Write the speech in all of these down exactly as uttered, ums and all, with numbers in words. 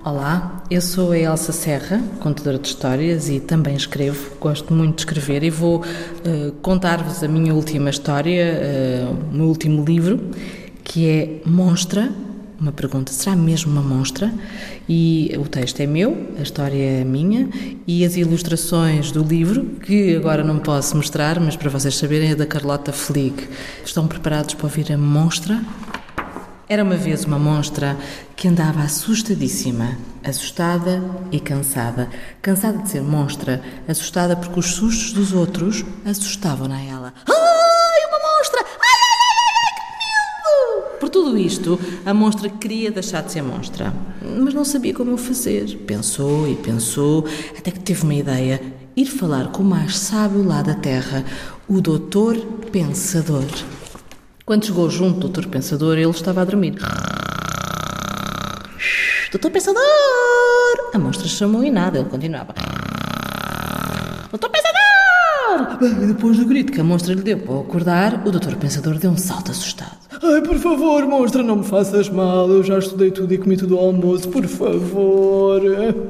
Olá, eu sou a Elsa Serra, contadora de histórias e também escrevo, gosto muito de escrever e vou uh, contar-vos a minha última história, uh, o meu último livro, que é Monstra, uma pergunta, será mesmo uma monstra? E o texto é meu, a história é minha e as ilustrações do livro, que agora não posso mostrar, mas para vocês saberem, é da Carlota Flick. Estão preparados para ouvir a monstra? Era uma vez uma monstra que andava assustadíssima, assustada e cansada. Cansada de ser monstra, assustada porque os sustos dos outros assustavam-na a ela. Ai, uma monstra! Ai, ai, ai, ai, que medo! Por tudo isto, a monstra queria deixar de ser monstra, mas não sabia como o fazer. Pensou e pensou, até que teve uma ideia, ir falar com o mais sábio lá da terra, o doutor Pensador. Quando chegou junto do doutor Pensador, ele estava a dormir. Doutor Pensador! A monstra chamou e nada, ele continuava. Doutor Pensador! E depois do grito que a monstra lhe deu para acordar, o doutor Pensador deu um salto assustado. Ai, por favor, monstra, não me faças mal. Eu já estudei tudo e comi tudo ao almoço, por favor.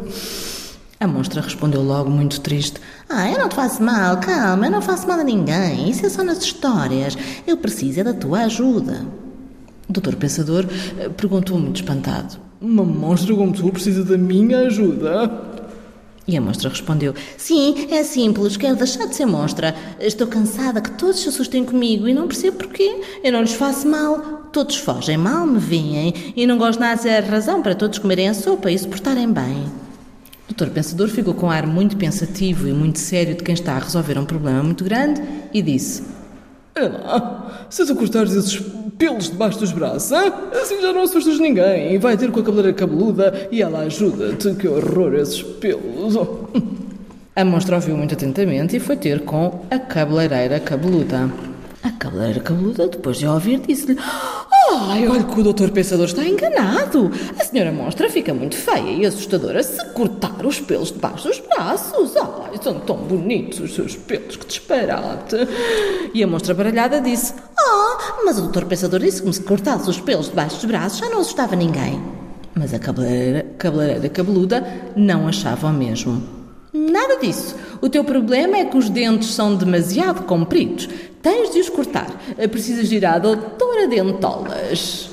A monstra respondeu logo muito triste. Ah, eu não te faço mal, calma, eu não faço mal a ninguém. Isso é só nas histórias. Eu preciso é da tua ajuda. O doutor Pensador perguntou muito espantado. Uma monstra como tu precisa da minha ajuda? E a monstra respondeu. Sim, é simples, quero deixar de ser monstra. Estou cansada que todos se assustem comigo e não percebo porquê. Eu não lhes faço mal. Todos fogem mal, me veem e não gosto nada de ser razão para todos comerem a sopa e se portarem bem. O doutor Pensador ficou com um ar muito pensativo e muito sério de quem está a resolver um problema muito grande e disse: É lá, se tu cortares esses pelos debaixo dos braços, hein? Assim já não assustas ninguém e vai ter com a cabeleira cabeluda e ela ajuda-te, que horror esses pelos. A monstra ouviu muito atentamente e foi ter com a cabeleireira cabeluda. A cabeleireira cabeluda, depois de ouvir, disse-lhe: Ai, olha que o doutor Pensador está enganado. A senhora monstra fica muito feia e assustadora se cortar os pelos debaixo dos braços. Ai, são tão bonitos os seus pelos, que disparate. E a monstra baralhada disse: Ah, mas o doutor Pensador disse que me se cortasse os pelos debaixo dos braços já não assustava ninguém. Mas a cabeleireira, cabeleireira cabeluda não achava o mesmo. Nada disso. O teu problema é que os dentes são demasiado compridos. Tens de os cortar. Precisas ir à doutora Dentolas.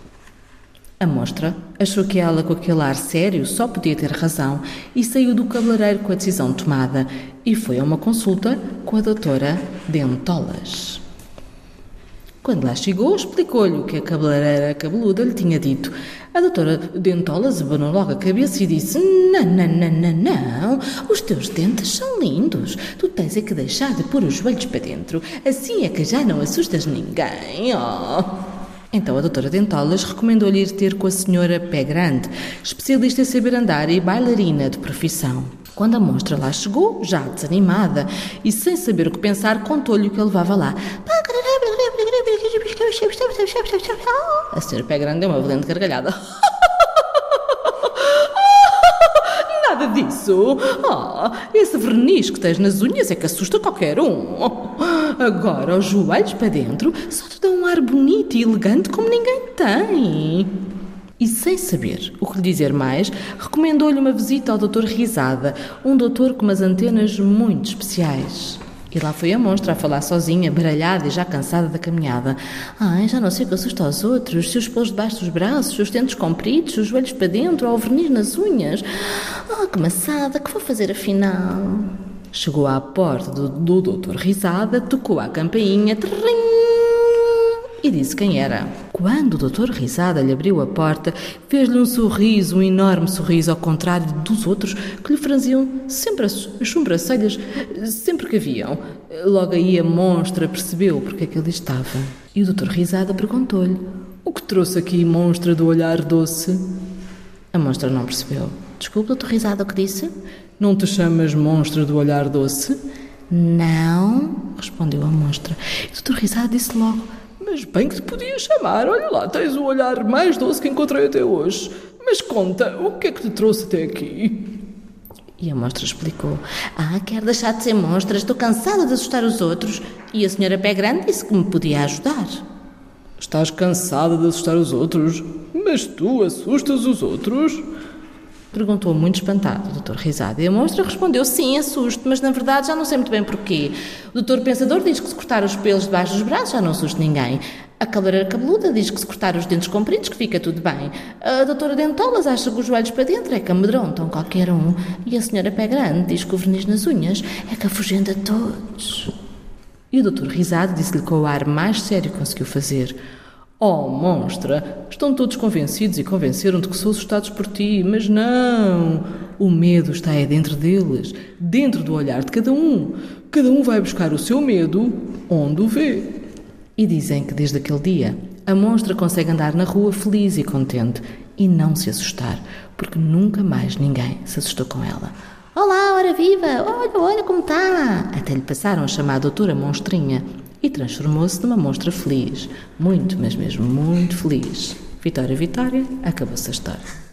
A monstra achou que ela, com aquele ar sério, só podia ter razão e saiu do cabeleireiro com a decisão tomada e foi a uma consulta com a doutora Dentolas. Quando lá chegou, explicou-lhe o que a cabeleireira cabeluda lhe tinha dito. A doutora Dentolas abanou logo a cabeça e disse: Não, não, não, não, não, os teus dentes são lindos. Tu tens é que deixar de pôr os joelhos para dentro. Assim é que já não assustas ninguém. Oh. Então a doutora Dentolas recomendou-lhe ir ter com a senhora Pé Grande, especialista em saber andar e bailarina de profissão. Quando a monstra lá chegou, já desanimada e sem saber o que pensar, contou-lhe o que ele levava lá. A senhora Pé Grande deu uma valente gargalhada. Nada disso. Ah, esse verniz que tens nas unhas é que assusta qualquer um. Agora, os joelhos para dentro só te dão um ar bonito e elegante como ninguém tem. E sem saber o que lhe dizer mais, recomendou-lhe uma visita ao doutor Risada, um doutor com umas antenas muito especiais. E lá foi a monstra a falar sozinha, baralhada e já cansada da caminhada. Ai, já não sei o que assusta aos outros, se os pelos debaixo dos braços, os dentes compridos, os joelhos para dentro ou o verniz nas unhas. Ah, que maçada, que vou fazer afinal? Chegou à porta do, do doutor Risada, tocou à campainha, trim, e disse quem era. Quando o doutor Risada lhe abriu a porta, fez-lhe um sorriso, um enorme sorriso, ao contrário dos outros que lhe franziam sempre as sobrancelhas, sempre que haviam. Logo aí a monstra percebeu porque é que ele estava. E o doutor Risada perguntou-lhe: O que trouxe aqui, monstra do olhar doce? A monstra não percebeu. Desculpe, doutor Risada, o que disse? Não te chamas monstra do olhar doce? Não, respondeu a monstra. E o doutor Risada disse logo: Mas bem que te podia chamar, olha lá, tens o olhar mais doce que encontrei até hoje. Mas conta, o que é que te trouxe até aqui? E a monstra explicou: Ah, quero deixar de ser monstra, estou cansada de assustar os outros. E a senhora Pé Grande disse que me podia ajudar. Estás cansada de assustar os outros? Mas tu assustas os outros? Perguntou muito espantado o doutor Risada. E a monstra respondeu, sim, assusto, mas na verdade já não sei muito bem porquê. O doutor Pensador diz que se cortar os pelos debaixo dos braços já não assusta ninguém. A cabeleireira cabeluda diz que se cortar os dentes compridos que fica tudo bem. A doutora Dentolas acha que os joelhos para dentro é que amedrontam qualquer um. E a senhora Pé Grande diz que o verniz nas unhas é que afugenta todos. E o doutor Risado disse-lhe com o ar mais sério que conseguiu fazer. Oh, monstra, estão todos convencidos e convenceram-te que sou assustados por ti, mas não. O medo está aí dentro deles, dentro do olhar de cada um. Cada um vai buscar o seu medo onde o vê. E dizem que desde aquele dia a monstra consegue andar na rua feliz e contente e não se assustar, porque nunca mais ninguém se assustou com ela. Olá, hora viva! Olha, olha como está! Até lhe passaram a chamar a doutora Monstrinha e transformou-se numa monstra feliz. Muito, mas mesmo muito feliz. Vitória, Vitória, acabou-se a história.